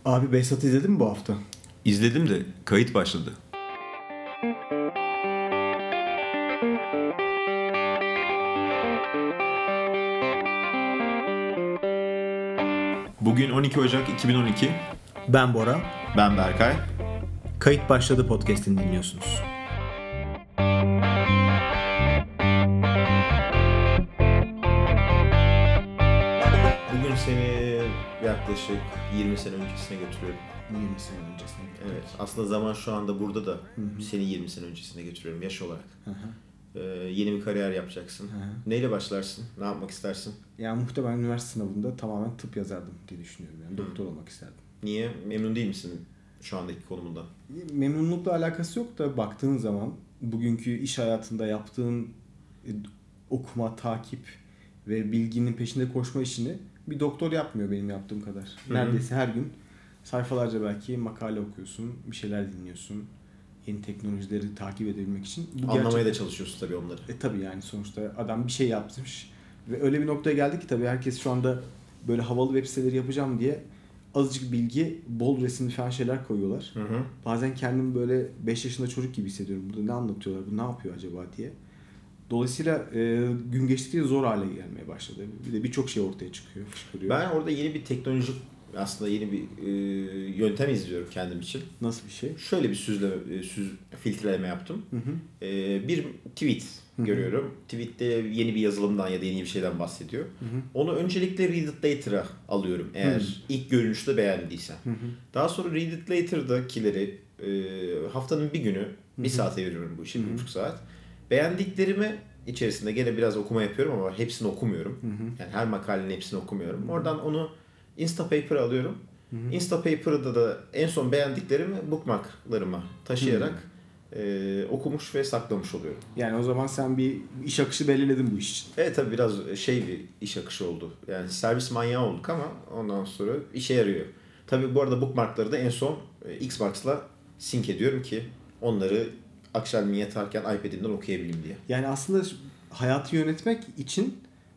Abi Behzat'ı izledin mi bu hafta? İzledim de kayıt başladı. Bugün 12 Ocak 2012. Ben Bora. Ben Berkay. Kayıt başladı podcast'ini dinliyorsunuz. Bugün seni yaklaşık 20 sene öncesine götürüyorum. 20 sene öncesine. Evet. Aslında zaman şu anda burada da seni 20 sene öncesine götürüyorum yaş olarak. Yeni bir kariyer yapacaksın. Neyle başlarsın? Ne yapmak istersin? Yani muhtemelen üniversite sınavında tamamen tıp yazardım diye düşünüyorum. Yani doktor olmak isterdim. Niye? Memnun değil misin şu andaki konumundan? Memnunlukla alakası yok da baktığın zaman bugünkü iş hayatında yaptığın okuma, takip ve bilginin peşinde koşma işini bir doktor yapmıyor benim yaptığım kadar. Neredeyse her gün sayfalarca belki makale okuyorsun, bir şeyler dinliyorsun. Yeni teknolojileri takip edebilmek için. Anlamaya da çalışıyorsun tabii onları. Tabii yani sonuçta adam bir şey yapmış ve öyle bir noktaya geldi ki tabii herkes şu anda böyle havalı web siteleri yapacağım diye azıcık bilgi, bol resimli falan şeyler koyuyorlar. Bazen kendimi böyle 5 yaşında çocuk gibi hissediyorum. Burada ne anlatıyorlar, bu ne yapıyor acaba diye. Dolayısıyla gün geçtikçe zor hale gelmeye başladı. Bir de birçok şey ortaya fışkırıyor. Ben orada yeni bir teknolojik, aslında yeni bir yöntem izliyorum kendim için. Nasıl bir şey? Şöyle bir filtreleme yaptım. Bir tweet görüyorum. Tweette yeni bir yazılımdan ya da yeni bir şeyden bahsediyor. Onu öncelikle Read It Later'a alıyorum eğer ilk görünüşte beğendiysem. Daha sonra Read It Later'dakileri haftanın bir günü bir saate veriyorum bu işe, 1,5 saat. Beğendiklerimi içerisinde gene biraz okuma yapıyorum ama hepsini okumuyorum. Yani her makalenin hepsini okumuyorum. Oradan onu Instapaper'a alıyorum. Instapaper'da da en son beğendiklerimi bookmarklarıma taşıyarak okumuş ve saklamış oluyorum. Yani o zaman sen bir iş akışı belirledin bu iş için. Evet tabii biraz bir iş akışı oldu. Yani servis manyağı olduk ama ondan sonra işe yarıyor. Tabii bu arada bookmarkları da en son Xbox'la sync ediyorum ki onları akşam yatarken iPad'imden okuyabileyim diye. Yani aslında hayatı yönetmek için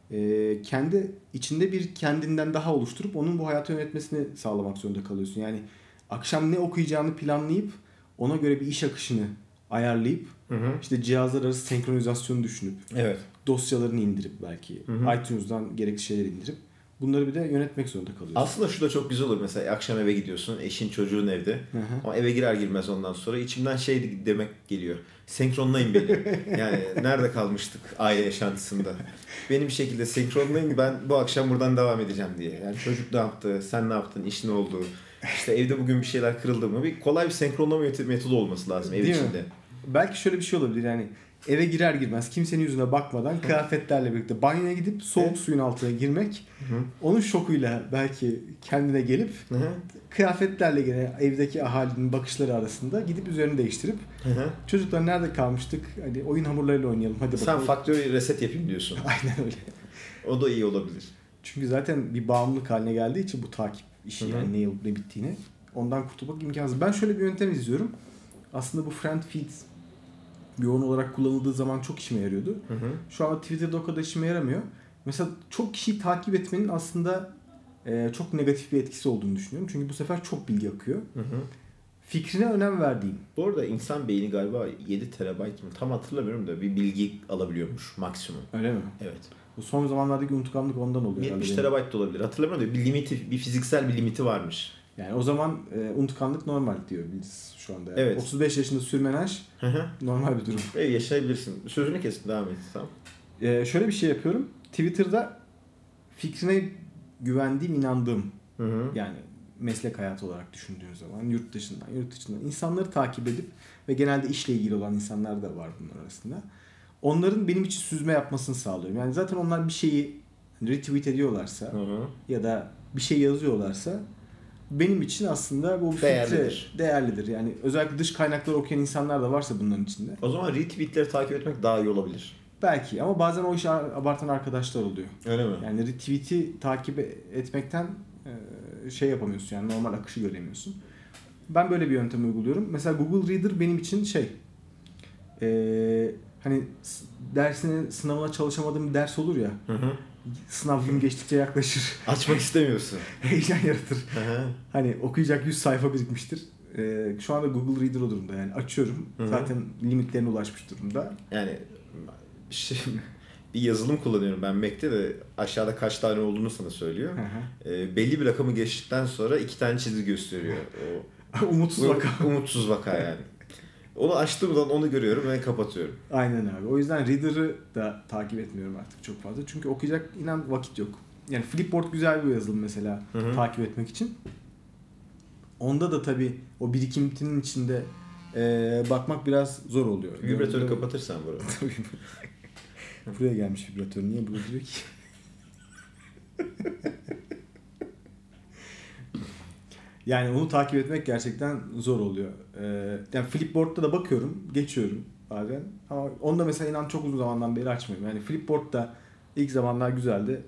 kendi içinde bir kendinden daha oluşturup onun bu hayatı yönetmesini sağlamak zorunda kalıyorsun. Yani akşam ne okuyacağını planlayıp ona göre bir iş akışını ayarlayıp işte cihazlar arası senkronizasyonu düşünüp dosyalarını indirip belki iTunes'dan gerekli şeyleri indirip bunları bir de yönetmek zorunda kalıyorsun. Aslında şu da çok güzel olur. Mesela akşam eve gidiyorsun. Eşin çocuğun evde. Ama eve girer girmez ondan sonra içimden demek geliyor. Senkronlayın beni. Yani nerede kalmıştık aile yaşantısında. Beni bir şekilde senkronlayın. Ben bu akşam buradan devam edeceğim diye. Yani çocuk ne yaptı? Sen ne yaptın? İş ne oldu? İşte evde bugün bir şeyler kırıldı mı? Kolay bir senkronlama metodu olması lazım ev içinde. Belki şöyle bir şey olabilir yani. Eve girer girmez kimsenin yüzüne bakmadan kıyafetlerle birlikte banyoya gidip soğuk suyun altına girmek. Onun şokuyla belki kendine gelip kıyafetlerle gene evdeki ahalinin bakışları arasında gidip üzerini değiştirip çocuklar nerede kalmıştık? Hani oyun hamurlarıyla oynayalım. Hadi bakalım. Sen factory reset yapayım diyorsun. Aynen öyle. O da iyi olabilir. Çünkü zaten bir bağımlılık haline geldiği için bu takip işi yani ne olup ne bittiğini ondan kurtulmak imkansız. Ben şöyle bir yöntem izliyorum. Aslında bu friend feed yoğun olarak kullanıldığı zaman çok işime yarıyordu. Şu anda Twitter'da o kadar işime yaramıyor. Mesela çok kişiyi takip etmenin aslında çok negatif bir etkisi olduğunu düşünüyorum. Çünkü bu sefer çok bilgi akıyor. Fikrine önem verdiğim. Bu arada insan beyni galiba 7 terabayt mı? Tam hatırlamıyorum da bir bilgi alabiliyormuş maksimum. Öyle mi? Evet. Bu son zamanlardaki unutkanlık ondan oluyor. 70 terabayt da olabilir. Hatırlamıyorum da bir fiziksel bir limiti varmış. Yani o zaman unutkanlık normal diyor biz şu anda. Yani. Evet. 35 yaşında sürmenaj normal bir durum. Yaşayabilirsin. Sözünü kestim, devam et. Tamam. Şöyle bir şey yapıyorum. Twitter'da fikrine güvendiğim, inandığım yani meslek hayatı olarak düşündüğün zaman yurt dışından insanları takip edip ve genelde işle ilgili olan insanlar da var bunlar arasında. Onların benim için süzme yapmasını sağlıyorum. Yani zaten onlar bir şeyi retweet ediyorlarsa ya da bir şey yazıyorlarsa benim için aslında bu değerlidir. Yani özellikle dış kaynakları okuyan insanlar da varsa bunların içinde. O zaman retweetleri takip etmek daha iyi olabilir. Belki ama bazen o işi abartan arkadaşlar oluyor. Öyle mi? Yani retweet'i takip etmekten yapamıyorsun yani normal akışı göremiyorsun. Ben böyle bir yöntem uyguluyorum. Mesela Google Reader benim için hani sınavına çalışamadığım bir ders olur ya. Sınav gün geçtikçe yaklaşır. Açmak istemiyorsun. Heyecan yaratır. Hani okuyacak 100 sayfa birikmiştir. Şu anda Google Reader o durumda yani açıyorum. Zaten limitlerine ulaşmış durumda. Yani bir yazılım kullanıyorum ben Mac'te de aşağıda kaç tane olduğunu sana söylüyor. Belli bir rakamı geçtikten sonra 2 tane çizgi gösteriyor. Umutsuz vaka. Umutsuz vaka yani. Onu açtığım zaman onu görüyorum ve kapatıyorum. Aynen abi. O yüzden Reader'ı da takip etmiyorum artık çok fazla. Çünkü okuyacak inan vakit yok. Yani Flipboard güzel bir yazılım mesela takip etmek için. Onda da tabii o birikintinin içinde bakmak biraz zor oluyor. Vibratörü kapatırsan bunu. Tabii. Buraya gelmiş vibratör. Niye burada duruyor ki? Yani onu takip etmek gerçekten zor oluyor. Yani Flipboard'da da bakıyorum, geçiyorum bazen. Ama onu da mesela inan çok uzun zamandan beri açmıyorum. Yani Flipboard'da ilk zamanlar güzeldi.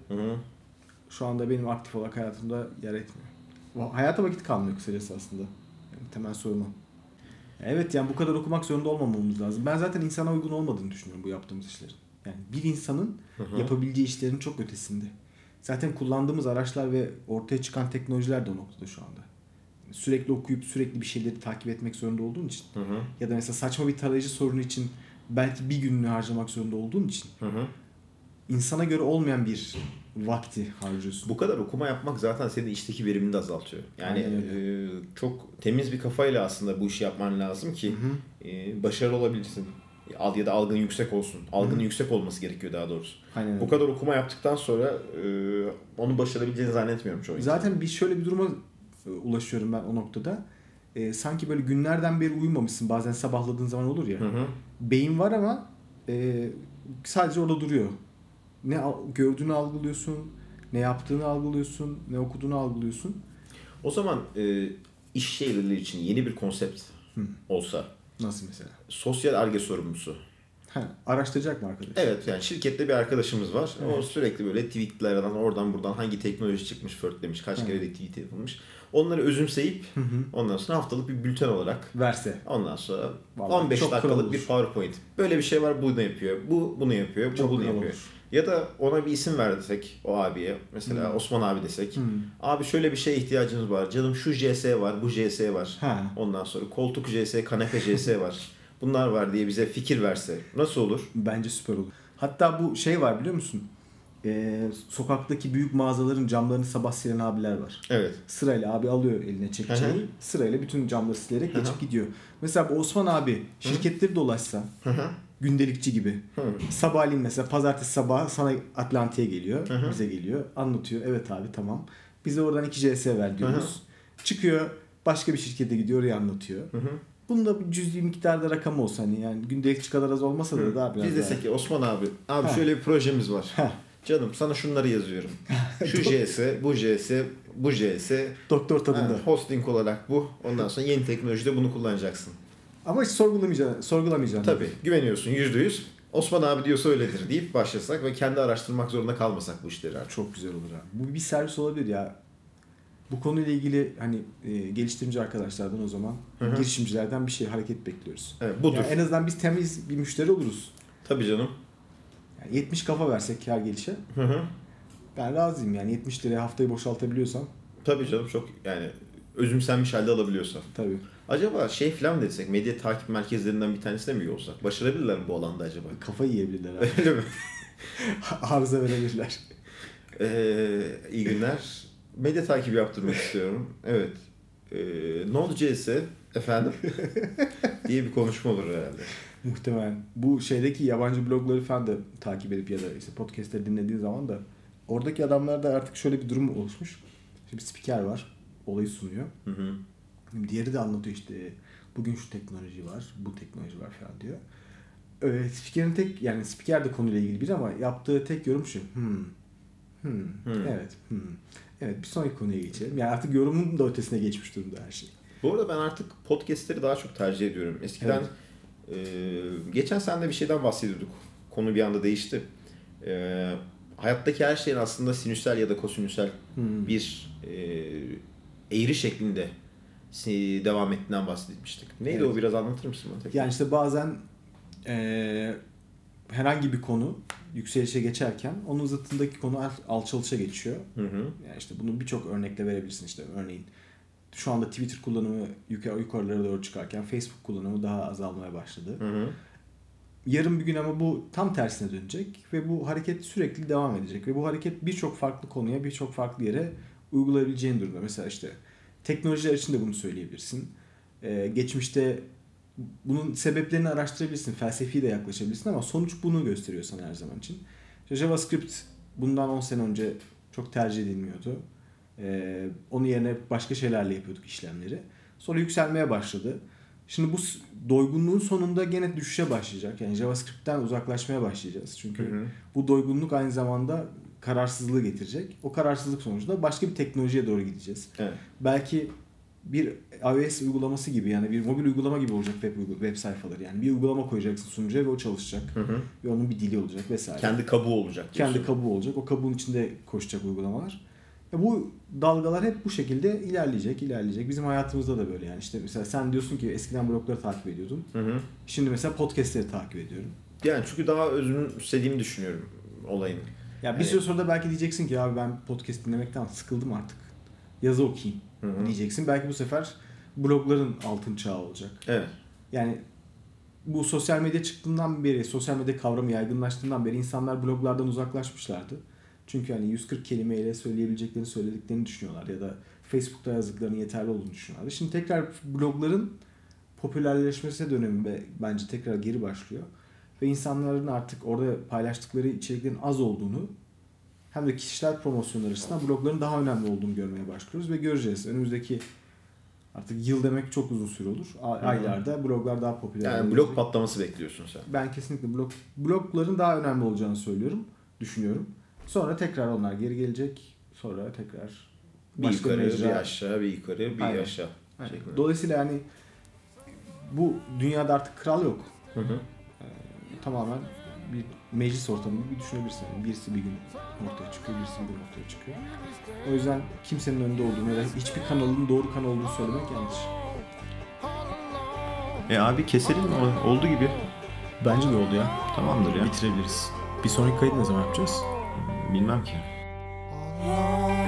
Şu anda benim aktif olarak hayatımda yer etmiyor. Hayata vakit kalmıyor kısacası aslında. Yani temel sorun o. Evet yani bu kadar okumak zorunda olmamamız lazım. Ben zaten insana uygun olmadığını düşünüyorum bu yaptığımız işlerin. Yani bir insanın yapabileceği işlerin çok ötesinde. Zaten kullandığımız araçlar ve ortaya çıkan teknolojiler de o noktada şu anda. Sürekli okuyup sürekli bir şeyleri takip etmek zorunda olduğun için ya da mesela saçma bir tarayıcı sorunu için belki bir gününü harcamak zorunda olduğun için insana göre olmayan bir vakti harcıyorsun. Bu kadar okuma yapmak zaten senin işteki verimini de azaltıyor. Yani çok temiz bir kafayla aslında bu işi yapman lazım ki başarılı olabilirsin. Ya da algın yüksek olsun. Algının yüksek olması gerekiyor daha doğrusu. Aynen. Bu kadar okuma yaptıktan sonra onu başarabileceğini zannetmiyorum çoğu insan. Zaten şöyle bir duruma ulaşıyorum ben o noktada. Sanki böyle günlerden beri uyumamışsın. Bazen sabahladığın zaman olur ya. Beyin var ama sadece orada duruyor. Ne gördüğünü algılıyorsun, ne yaptığını algılıyorsun, ne okuduğunu algılıyorsun. O zaman iş şeyleri için yeni bir konsept olsa. Nasıl mesela? Sosyal Ar-Ge sorumlusu. Araştıracak mı arkadaş? Evet yani şirkette bir arkadaşımız var. Evet. O sürekli böyle tweetlerden oradan buradan hangi teknoloji çıkmış, förtlemiş, kaç kere de tweet yapılmış. Onları özümseyip ondan sonra haftalık bir bülten olarak verse. Ondan sonra vallahi 15 dakikalık bir PowerPoint. Böyle bir şey var, bunu yapıyor. Bu bunu yapıyor, bu bunu yapıyor. Olur. Ya da ona bir isim versek o abiye. Mesela Osman abi desek. Abi şöyle bir şeye ihtiyacınız var. Canım şu JS var, bu JS var. Ondan sonra koltuk JS, kanepe JS var. Bunlar var diye bize fikir verse. Nasıl olur? Bence süper olur. Hatta bu şey var biliyor musun? Sokaktaki büyük mağazaların camlarını sabah silen abiler var. Evet. Sırayla abi alıyor eline çekçeyi. Sırayla bütün camları silerek geçip gidiyor. Mesela bu Osman abi şirketleri dolaşsa gündelikçi gibi. Sabahleyin mesela pazartesi sabahı sana Atlantik'e geliyor. Bize geliyor. Anlatıyor. Evet abi tamam. Bize oradan 2 JS ver diyoruz. Çıkıyor başka bir şirkete gidiyor oraya anlatıyor. Bunda bir cüzi miktarda rakam olsa hani yani gündelikçi kadar az olmasa da daha biraz biz desek ki Osman abi şöyle bir projemiz var. Canım sana şunları yazıyorum. Şu JS, bu JS, bu JS. Doktor tadında. Hosting olarak bu. Ondan sonra yeni teknolojide bunu kullanacaksın. Ama hiç sorgulamayacaksın. Tabii. Güveniyorsun %100. Osman abi diyorsa öyledir deyip başlasak ve kendi araştırmak zorunda kalmasak bu işleri artık. Çok güzel olur abi. Bu bir servis olabilir ya. Bu konuyla ilgili hani geliştirmeci arkadaşlardan o zaman girişimcilerden bir hareket bekliyoruz. Evet, budur. Yani en azından biz temiz bir müşteri oluruz. Tabii canım. Yani 70 kafa versek kar gelişe. Ben razıyım yani 70 liraya haftayı boşaltabiliyorsam. Tabii canım çok yani özümsenmiş halde alabiliyorsam. Tabii. Acaba falan desek medya takip merkezlerinden bir tanesine mi üye olsak? Başarabilirler mi bu alanda acaba? Kafayı yiyebilirler abi. Öyle mi? Arıza verebilirler. İyi günler. Medya takibi yaptırmak istiyorum. Evet. Node.js efendim diye bir konuşma olur herhalde. Muhtemelen. Bu şeydeki yabancı blogları falan da takip edip ya da işte podcast'leri dinlediğin zaman da oradaki adamlarda artık şöyle bir durum oluşmuş. İşte bir spiker var. Olayı sunuyor. Diğeri de anlatıyor işte bugün şu teknoloji var, bu teknoloji var falan diyor. Spikerin yani spiker de konuyla ilgili biri ama yaptığı tek yorum şu. Evet. Evet bir sonraki konuya geçelim. Yani artık yorumun da ötesine geçmiş durumda her şey. Bu arada ben artık podcastleri daha çok tercih ediyorum. Eskiden geçen sene bir şeyden bahsediyorduk. Konu bir anda değişti. Hayattaki her şeyin aslında sinüsel ya da kosinüsel bir eğri şeklinde devam ettiğinden bahsetmiştik. Neydi o biraz anlatır mısın bana? Yani işte bazen herhangi bir konu yükselişe geçerken onun zıttındaki konu alçalışa geçiyor. Yani işte bunu birçok örnekle verebilirsin. İşte örneğin şu anda Twitter kullanımı yukarılara doğru çıkarken Facebook kullanımı daha azalmaya başladı. Yarın bir gün ama bu tam tersine dönecek ve bu hareket sürekli devam edecek ve bu hareket birçok farklı konuya, birçok farklı yere uygulayabileceğin durumda. Mesela işte teknolojiler için de bunu söyleyebilirsin. Geçmişte bunun sebeplerini araştırabilirsin, felsefi de yaklaşabilirsin ama sonuç bunu gösteriyor sana her zaman için. İşte JavaScript bundan 10 sene önce çok tercih edilmiyordu. Onun yerine başka şeylerle yapıyorduk işlemleri. Sonra yükselmeye başladı. Şimdi bu doygunluğun sonunda gene düşüşe başlayacak. Yani JavaScript'ten uzaklaşmaya başlayacağız. Çünkü bu doygunluk aynı zamanda kararsızlığı getirecek. O kararsızlık sonucunda başka bir teknolojiye doğru gideceğiz. Evet. Belki bir iOS uygulaması gibi, yani bir mobil uygulama gibi olacak web sayfaları. Yani bir uygulama koyacaksın sunucuya ve o çalışacak. Ve onun bir dili olacak vesaire. Kendi kabuğu olacak. Kendi kabuğu olacak. O kabuğun içinde koşacak uygulamalar. Bu dalgalar hep bu şekilde ilerleyecek. Bizim hayatımızda da böyle yani. İşte mesela sen diyorsun ki eskiden blogları takip ediyordun. Şimdi mesela podcastleri takip ediyorum. Yani çünkü daha özümsediğimi düşünüyorum olayın. Ya bir süre sonra da belki diyeceksin ki abi ben podcast dinlemekten sıkıldım artık. Yazı okuyayım diyeceksin. Belki bu sefer blogların altın çağı olacak. Evet. Yani bu sosyal medya çıktığından beri, sosyal medya kavramı yaygınlaştığından beri insanlar bloglardan uzaklaşmışlardı. Çünkü hani 140 kelimeyle söylediklerini düşünüyorlar ya da Facebook'ta yazdıklarının yeterli olduğunu düşünüyorlar. Şimdi tekrar blogların popülerleşmesi dönemi bence tekrar geri başlıyor. Ve insanların artık orada paylaştıkları içeriklerin az olduğunu hem de kişisel promosyonlar açısından blogların daha önemli olduğunu görmeye başlıyoruz ve göreceğiz. Önümüzdeki artık yıl demek çok uzun süre olur. Aylarda bloglar daha popüler. Yani blog patlaması bekliyorsun sen. Ben kesinlikle blogların daha önemli olacağını düşünüyorum. Sonra tekrar onlar geri gelecek. Sonra tekrar bir yukarı, bir aşağı, bir yukarı, bir aşağı. Dolayısıyla yani bu dünyada artık kral yok. Tamamen bir meclis ortamı gibi düşünebilirsin. Birisi bir gün ortaya çıkıyor, birisi bir gün ortaya çıkıyor. O yüzden kimsenin önünde olduğunu ya da hiçbir kanalın doğru kanal olduğunu söylemek yanlış. Abi keselim mi? Oldu gibi. Bence de oldu ya. Tamamdır ya. Bitirebiliriz. Bir sonraki kayıt ne zaman yapacağız? Bilmem ki.